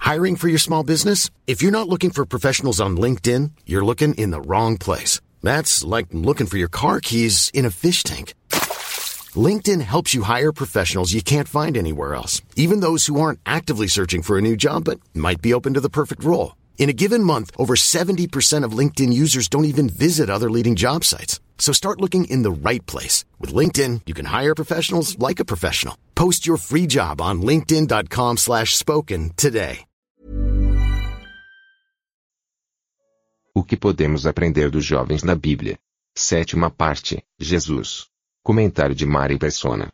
Hiring for your small business? If you're not looking for professionals on LinkedIn, you're looking in the wrong place. That's like looking for your car keys in a fish tank. LinkedIn helps you hire professionals you can't find anywhere else, even those who aren't actively searching for a new job but might be open to the perfect role. In a given month, over 70% of LinkedIn users don't even visit other leading job sites. So start looking in the right place. With LinkedIn, you can hire professionals like a professional. Post your free job on linkedin.com/spoken today. O que podemos aprender dos jovens na Bíblia? Sétima parte, Jesus. Comentário de Mari Persona.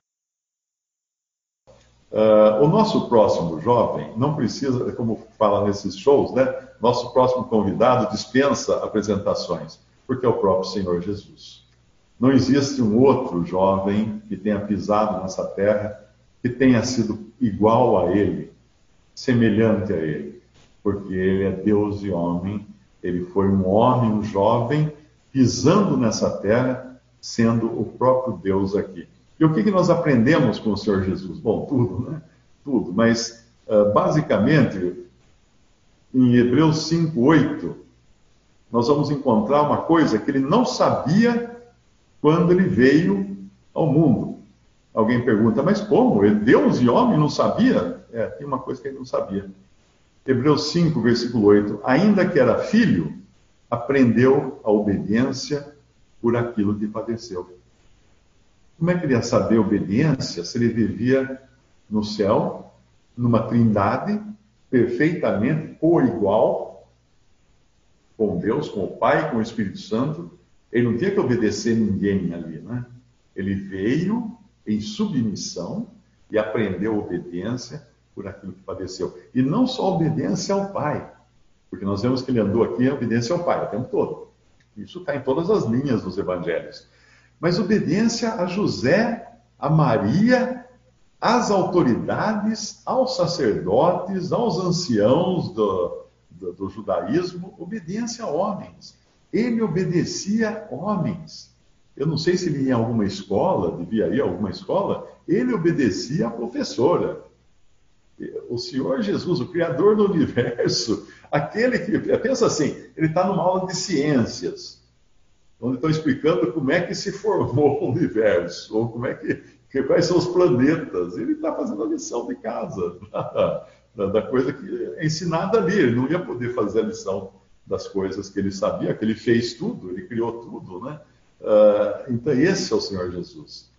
O nosso próximo jovem não precisa, como fala nesses shows, né? Nosso próximo convidado dispensa apresentações, porque é o próprio Senhor Jesus. Não existe um outro jovem que tenha pisado nessa terra que tenha sido igual a ele, semelhante a ele, porque ele é Deus e homem, ele foi um homem, um jovem, pisando nessa terra, sendo o próprio Deus aqui. E o que nós aprendemos com o Senhor Jesus? Bom, tudo, né? Tudo, mas basicamente, em Hebreus 5:8, nós vamos encontrar uma coisa que ele não sabia quando ele veio ao mundo. Alguém pergunta, mas como? Deus e homem não sabia? Tem uma coisa que ele não sabia. Hebreus 5, versículo 8. Ainda que era filho, aprendeu a obediência por aquilo que padeceu. Como é que ele ia saber obediência se ele vivia no céu, numa trindade, perfeitamente coigual com Deus, com o Pai, com o Espírito Santo? Ele não tinha que obedecer ninguém ali, né? Ele veio em submissão e aprendeu obediência por aquilo que padeceu. E não só obediência ao Pai, porque nós vemos que ele andou aqui em obediência ao Pai o tempo todo. Isso está em todas as linhas dos evangelhos. Mas obediência a José, a Maria, às autoridades, aos sacerdotes, aos anciãos do judaísmo, obediência a homens. Ele obedecia a homens. Eu não sei se ele ia em alguma escola, devia ir a alguma escola, ele obedecia à professora. O Senhor Jesus, o Criador do Universo, aquele que... Pensa assim, ele está numa aula de ciências, onde estão explicando como é que se formou o universo, ou quais são os planetas. Ele está fazendo a lição de casa, da coisa que é ensinada ali. Ele não ia poder fazer a lição das coisas que ele sabia, que ele fez tudo, ele criou tudo, né? Então, esse é o Senhor Jesus.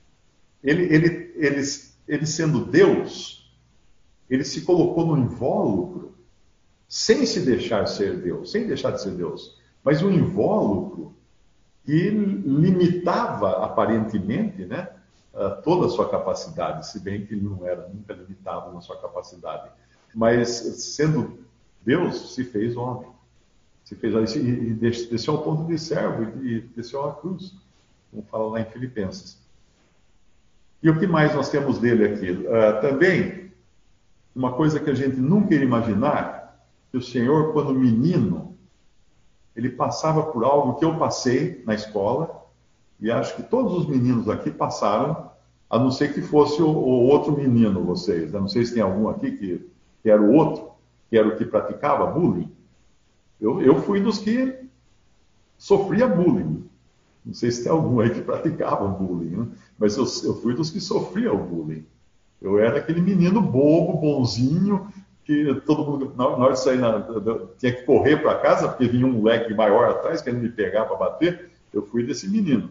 Ele sendo Deus, ele se colocou no invólucro, sem se deixar ser Deus, sem deixar de ser Deus, mas um invólucro que limitava, aparentemente, né, toda a sua capacidade, se bem que ele não era nunca limitado na sua capacidade. Mas, sendo Deus, se fez homem. Se fez e desceu ao ponto de servo e desceu à cruz, como fala lá em Filipenses. E o que mais nós temos dele aqui? Também, uma coisa que a gente nunca ia imaginar, que o Senhor, quando menino, ele passava por algo que eu passei na escola, e acho que todos os meninos aqui passaram, a não ser que fosse o outro menino, vocês. Eu não sei se tem algum aqui que era o outro, que era o que praticava bullying. Eu fui dos que sofria bullying. Não sei se tem algum aí que praticava bullying, né? Mas eu fui dos que sofria o bullying. Eu era aquele menino bobo, bonzinho, que todo mundo, na hora de sair, tinha que correr para casa, porque vinha um moleque maior atrás, querendo me pegar para bater. Eu fui desse menino.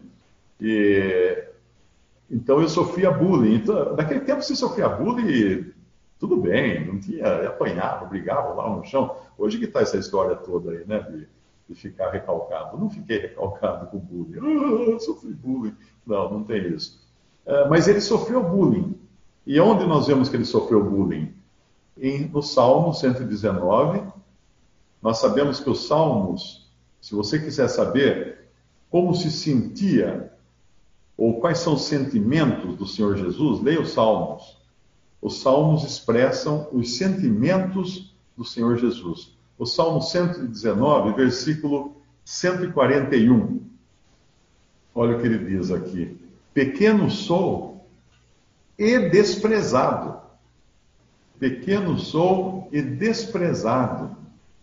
Então eu sofria bullying. Então, naquele tempo, se sofria bullying, tudo bem, não tinha, apanhava, brigava lá no chão. Hoje que está essa história toda aí, né, de ficar recalcado. Eu não fiquei recalcado com bullying. Eu sofri bullying. Não tem isso. Mas ele sofreu bullying. E onde nós vemos que ele sofreu bullying? No Salmo 119, nós sabemos que os Salmos, se você quiser saber como se sentia, ou quais são os sentimentos do Senhor Jesus, leia os Salmos. Os Salmos expressam os sentimentos do Senhor Jesus. O Salmo 119, versículo 141. Olha o que ele diz aqui. Pequeno sou e desprezado Pequeno sou e desprezado.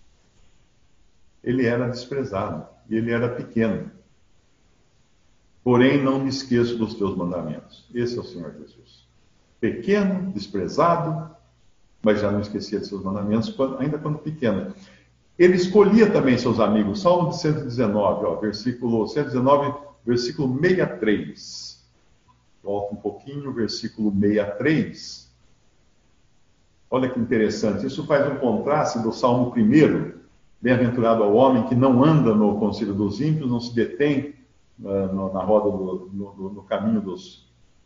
Ele era desprezado e ele era pequeno. Porém, não me esqueço dos teus mandamentos. Esse é o Senhor Jesus. Pequeno, desprezado, mas já não esquecia de seus mandamentos, ainda quando pequeno. Ele escolhia também seus amigos. Salmo 119, versículo 119, versículo 63. Volta um pouquinho, versículo 63. Olha que interessante. Isso faz um contraste do Salmo 1. Bem-aventurado ao homem que não anda no conselho dos ímpios, não se detém na roda no caminho dos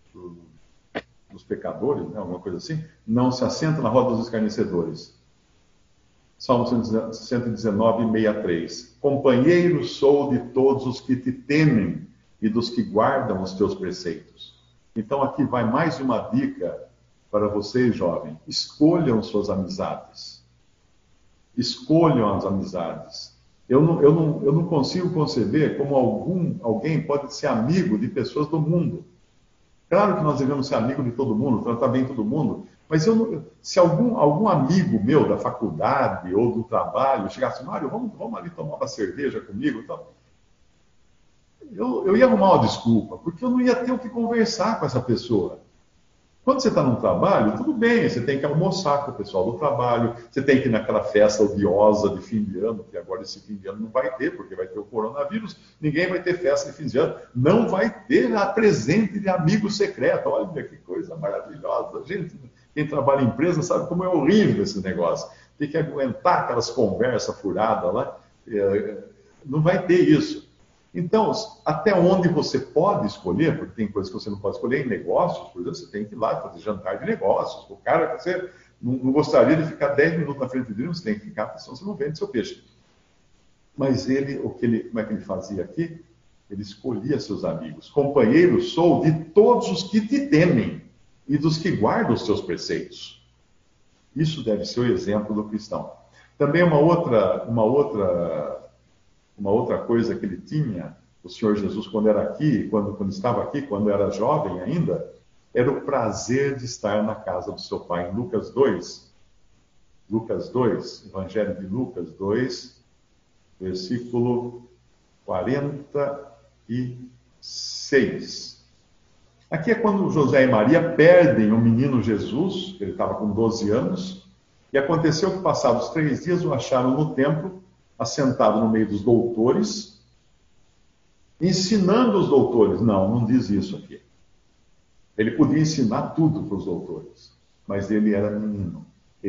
pecadores, né? Alguma coisa assim, não se assenta na roda dos escarnecedores. Salmo 119, 63. Companheiro sou de todos os que te temem e dos que guardam os teus preceitos. Então aqui vai mais uma dica para vocês, jovens. Escolham suas amizades. Escolham as amizades. Eu não consigo conceber como alguém pode ser amigo de pessoas do mundo. Claro que nós devemos ser amigo de todo mundo, tratar bem todo mundo, mas se algum amigo meu da faculdade ou do trabalho chegasse, Mário, vamos ali tomar uma cerveja comigo, então, eu ia arrumar uma desculpa, porque eu não ia ter o que conversar com essa pessoa. Quando você está no trabalho, tudo bem, você tem que almoçar com o pessoal do trabalho, você tem que ir naquela festa odiosa de fim de ano, que agora esse fim de ano não vai ter, porque vai ter o coronavírus, ninguém vai ter festa de fim de ano, não vai ter a presente de amigo secreto. Olha que coisa maravilhosa. Gente, quem trabalha em empresa sabe como é horrível esse negócio. Tem que aguentar aquelas conversas furadas lá, não vai ter isso. Então, até onde você pode escolher, porque tem coisas que você não pode escolher em negócios, por exemplo, você tem que ir lá fazer jantar de negócios. O cara, você não gostaria de ficar 10 minutos na frente dele, você tem que ficar, porque senão você não vende seu peixe. Mas como é que ele fazia aqui? Ele escolhia seus amigos. Companheiro sou de todos os que te temem e dos que guardam os teus preceitos. Isso deve ser o exemplo do cristão. Também uma outra coisa que ele tinha, o Senhor Jesus, quando era aqui, quando estava aqui, quando era jovem ainda, era o prazer de estar na casa do seu pai. Em Lucas 2, Evangelho de Lucas 2, versículo 46. Aqui é quando José e Maria perdem o menino Jesus, ele estava com 12 anos, e aconteceu que, passados 3 dias, o acharam no templo, assentado no meio dos doutores, ensinando os doutores. Não diz isso aqui. Ele podia ensinar tudo para os doutores, mas ele era menino.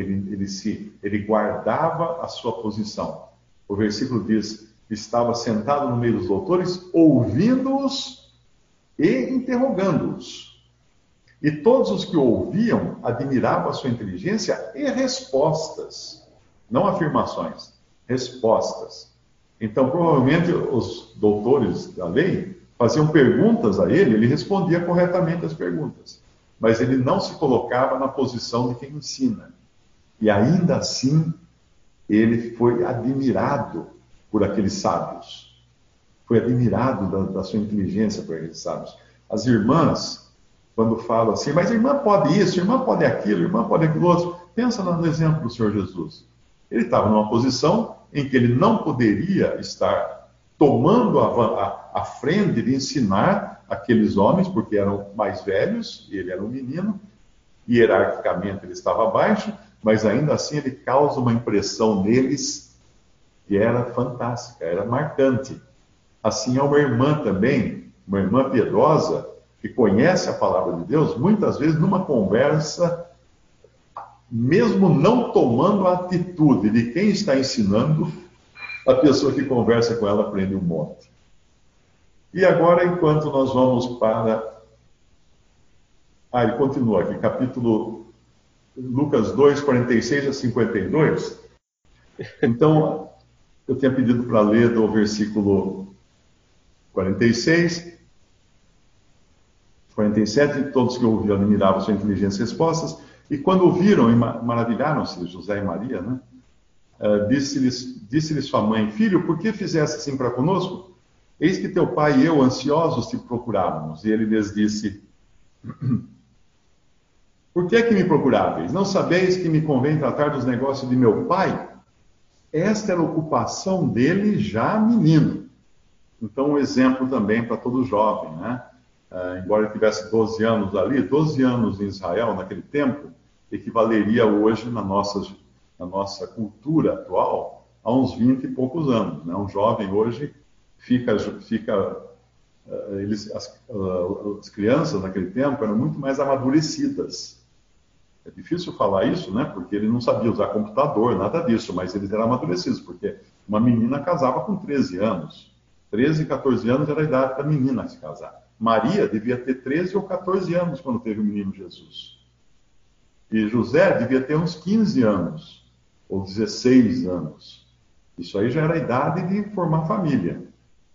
Ele guardava a sua posição. O versículo diz: estava sentado no meio dos doutores, ouvindo-os e interrogando-os. E todos os que o ouviam admiravam a sua inteligência e respostas, não afirmações. Respostas. Então, provavelmente, os doutores da lei faziam perguntas a ele respondia corretamente as perguntas. Mas ele não se colocava na posição de quem ensina. E ainda assim, ele foi admirado por aqueles sábios. Foi admirado da sua inteligência por aqueles sábios. As irmãs, quando falam assim, mas a irmã pode isso, a irmã pode aquilo, a irmã pode aquilo outro. Pensa no exemplo do Senhor Jesus. Ele estava numa posição em que ele não poderia estar tomando a frente de ensinar aqueles homens, porque eram mais velhos, e ele era um menino, e hierarquicamente ele estava abaixo, mas ainda assim ele causa uma impressão neles que era fantástica, era marcante. Assim é uma irmã também, uma irmã piedosa, que conhece a palavra de Deus, muitas vezes numa conversa, mesmo não tomando a atitude de quem está ensinando, a pessoa que conversa com ela aprende um monte. E agora, enquanto nós vamos para... ele continua aqui, capítulo Lucas 2, 46 a 52. Então, eu tinha pedido para ler do versículo 46, 47, todos que ouviam admiravam sua inteligência e respostas, e quando ouviram, maravilharam-se, José e Maria, né? Disse-lhe sua mãe: filho, por que fizeste assim para conosco? Eis que teu pai e eu, ansiosos, te procurávamos. E ele lhes disse: Por que é que me procuráveis? Não sabeis que me convém tratar dos negócios de meu pai? Esta era a ocupação dele já menino. Então, um exemplo também para todo jovem, né? Embora ele tivesse 12 anos ali, 12 anos em Israel naquele tempo, equivaleria hoje na nossa cultura atual a uns 20 e poucos anos, né? Um jovem hoje as crianças naquele tempo eram muito mais amadurecidas. É difícil falar isso, né? Porque ele não sabia usar computador, nada disso, mas eles eram amadurecidos, porque uma menina casava com 13 anos. 13, 14 anos era a idade da menina se casar. Maria devia ter 13 ou 14 anos quando teve o menino Jesus. E José devia ter uns 15 anos, ou 16 anos. Isso aí já era a idade de formar família.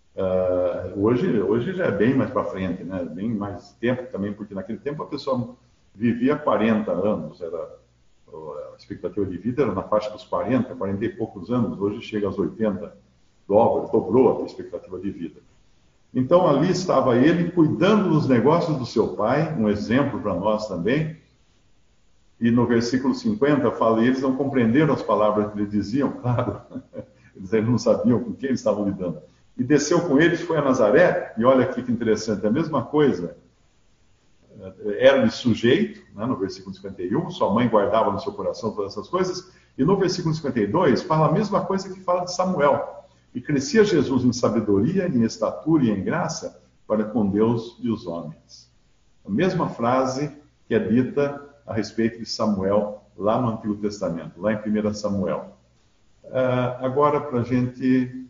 Hoje já é bem mais para frente, né? Bem mais tempo também, porque naquele tempo a pessoa vivia 40 anos, a expectativa de vida era na faixa dos 40 e poucos anos, hoje chega aos 80, dobrou a expectativa de vida. Então ali estava ele cuidando dos negócios do seu pai, um exemplo para nós também, e no versículo 50 fala, e eles não compreenderam as palavras que lhe diziam, claro, eles não sabiam com quem eles estavam lidando. E desceu com eles, foi a Nazaré, e olha aqui que interessante, a mesma coisa, era-lhe sujeito, né, no versículo 51, sua mãe guardava no seu coração todas essas coisas, e no versículo 52 fala a mesma coisa que fala de Samuel. E crescia Jesus em sabedoria, em estatura e em graça para com Deus e os homens. A mesma frase que é dita a respeito de Samuel lá no Antigo Testamento, lá em 1 Samuel. Agora, para a gente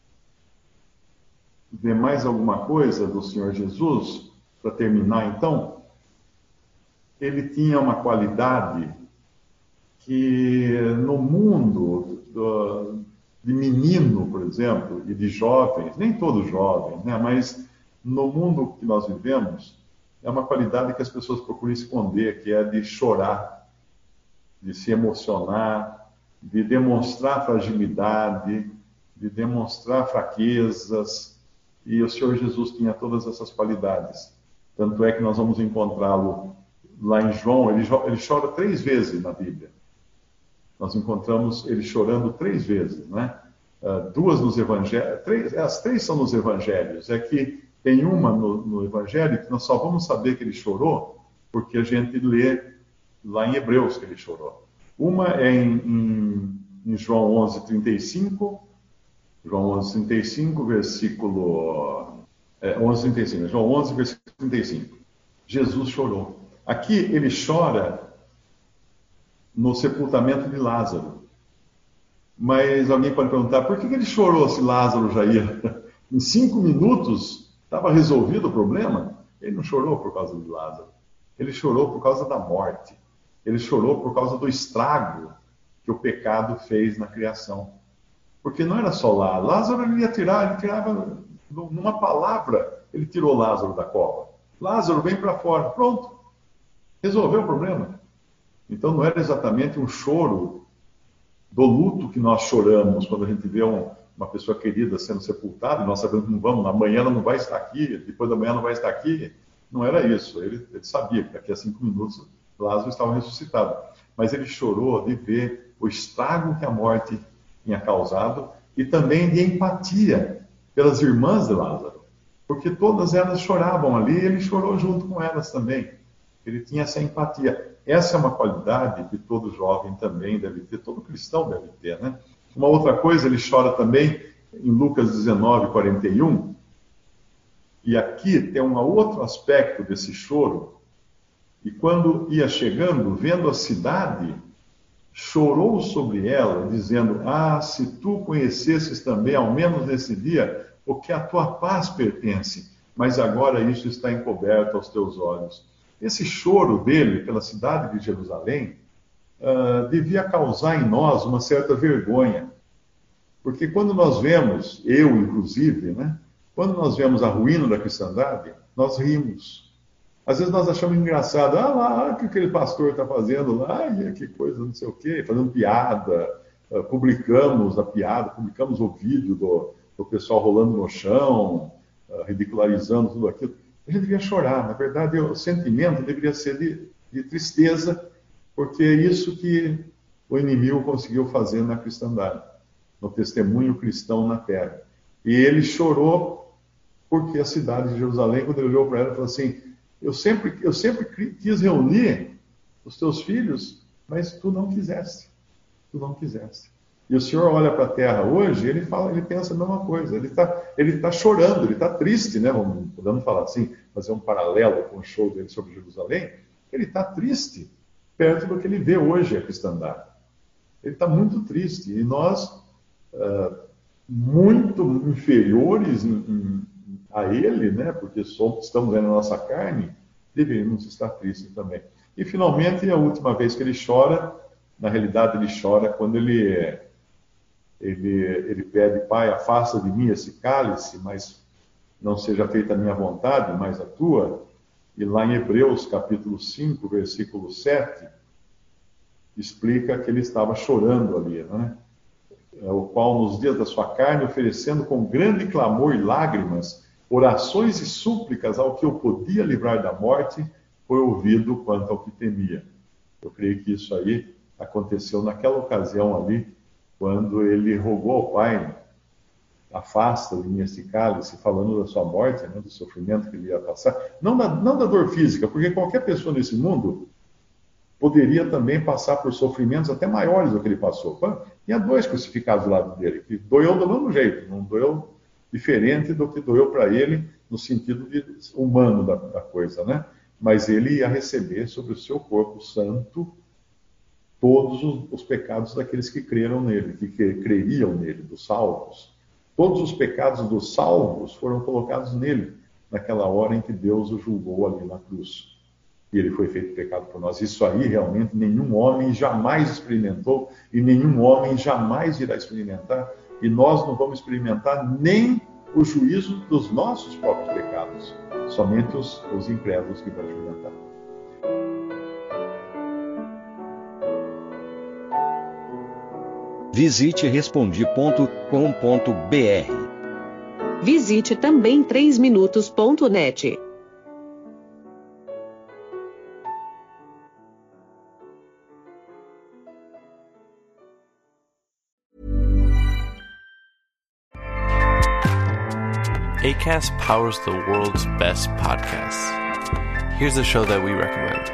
ver mais alguma coisa do Senhor Jesus, para terminar então, ele tinha uma qualidade que no mundo de menino, por exemplo, e de jovens, nem todos jovens, né, mas no mundo que nós vivemos, é uma qualidade que as pessoas procuram esconder, que é de chorar, de se emocionar, de demonstrar fragilidade, de demonstrar fraquezas, e o Senhor Jesus tinha todas essas qualidades. Tanto é que nós vamos encontrá-lo lá em João, ele chora 3 vezes na Bíblia. Nós encontramos ele chorando 3 vezes, né? 2 nos evangelhos, as 3 são nos evangelhos. É que tem uma no evangelho que nós só vamos saber que ele chorou porque a gente lê lá em Hebreus que ele chorou. Uma é em João 11:35, João 11:35, versículo 11:35, João 11, versículo 35. Jesus chorou. Aqui ele chora no sepultamento de Lázaro. Mas alguém pode perguntar, por que ele chorou se Lázaro já ia? Em 5 minutos estava resolvido o problema? Ele não chorou por causa de Lázaro. Ele chorou por causa da morte. Ele chorou por causa do estrago que o pecado fez na criação. Porque não era só lá. Lázaro ele tirava, numa palavra, ele tirou Lázaro da cova. Lázaro, vem para fora. Pronto. Resolveu o problema. Então não era exatamente um choro do luto que nós choramos quando a gente vê uma pessoa querida sendo sepultada, e nós sabemos que não vamos, amanhã ela não vai estar aqui, depois da manhã não vai estar aqui. Não era isso. Ele sabia que daqui a 5 minutos Lázaro estava ressuscitado. Mas ele chorou de ver o estrago que a morte tinha causado e também de empatia pelas irmãs de Lázaro. Porque todas elas choravam ali e ele chorou junto com elas também. Ele tinha essa empatia. Essa é uma qualidade que todo jovem também deve ter, todo cristão deve ter, né? Uma outra coisa, ele chora também em Lucas 19:41. E aqui tem um outro aspecto desse choro. E quando ia chegando, vendo a cidade, chorou sobre ela, dizendo: Ah, se tu conhecesses também, ao menos nesse dia, o que a tua paz pertence, mas agora isso está encoberto aos teus olhos. Esse choro dele pela cidade de Jerusalém devia causar em nós uma certa vergonha. Porque quando nós vemos, eu inclusive, né, quando nós vemos a ruína da cristandade, nós rimos. Às vezes nós achamos engraçado, lá, o que aquele pastor está fazendo lá, que coisa, não sei o quê, fazendo piada, publicamos a piada, publicamos o vídeo do pessoal rolando no chão, ridicularizando tudo aquilo. A gente devia chorar, na verdade o sentimento deveria ser de tristeza, porque é isso que o inimigo conseguiu fazer na cristandade, no testemunho cristão na terra. E ele chorou porque a cidade de Jerusalém, quando ele olhou para ela, falou assim: eu sempre quis reunir os teus filhos, mas tu não quiseste. Tu não quiseste. E o Senhor olha para a terra hoje, ele pensa a mesma coisa. Ele tá chorando, ele está triste, né? Podemos falar assim, fazer um paralelo com o show dele sobre Jerusalém. Ele está triste perto do que ele vê hoje a cristandade. Ele está muito triste. E nós, muito inferiores a ele, né? Porque estamos aí na nossa carne, deveríamos estar tristes também. E finalmente, a última vez que ele chora, na realidade ele chora quando ele pede: Pai, afasta de mim esse cálice, mas não seja feita a minha vontade, mas a tua. E lá em Hebreus, capítulo 5, versículo 7, explica que ele estava chorando ali, né? O qual, nos dias da sua carne, oferecendo com grande clamor e lágrimas, orações e súplicas ao que o podia livrar da morte, foi ouvido quanto ao que temia. Eu creio que isso aí aconteceu naquela ocasião ali, quando ele rogou ao Pai: afasta de mim esse cálice, falando da sua morte, né, do sofrimento que ele ia passar. Não da dor física, porque qualquer pessoa nesse mundo poderia também passar por sofrimentos até maiores do que ele passou. Tinha 2 crucificados do lado dele, que doeu do mesmo jeito, não doeu diferente do que doeu para ele, no sentido humano da coisa, né? Mas ele ia receber sobre o seu corpo santo todos os pecados daqueles que creram nele, que creriam nele, dos salvos. Todos os pecados dos salvos foram colocados nele, naquela hora em que Deus o julgou ali na cruz. E ele foi feito pecado por nós. Isso aí realmente nenhum homem jamais experimentou, e nenhum homem jamais irá experimentar, e nós não vamos experimentar nem o juízo dos nossos próprios pecados, somente os incrédulos que vão experimentar. Visite Respondi.com.br. Visite também 3minutos.net. Acast powers the world's best podcasts. Here's a show that we recommend.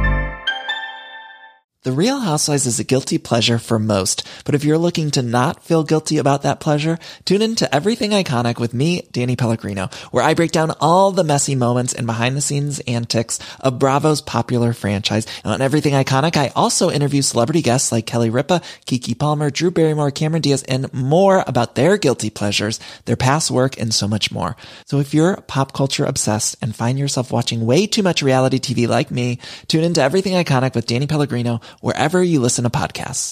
The Real Housewives is a guilty pleasure for most, but if you're looking to not feel guilty about that pleasure, tune in to Everything Iconic with me, Danny Pellegrino, where I break down all the messy moments and behind-the-scenes antics of Bravo's popular franchise. And on Everything Iconic, I also interview celebrity guests like Kelly Ripa, Keke Palmer, Drew Barrymore, Cameron Diaz, and more about their guilty pleasures, their past work, and so much more. So if you're pop culture obsessed and find yourself watching way too much reality TV like me, tune into Everything Iconic with Danny Pellegrino, wherever you listen to podcasts.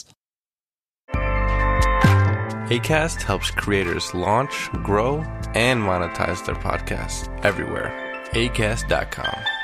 Acast helps creators launch, grow, and monetize their podcasts everywhere. Acast.com.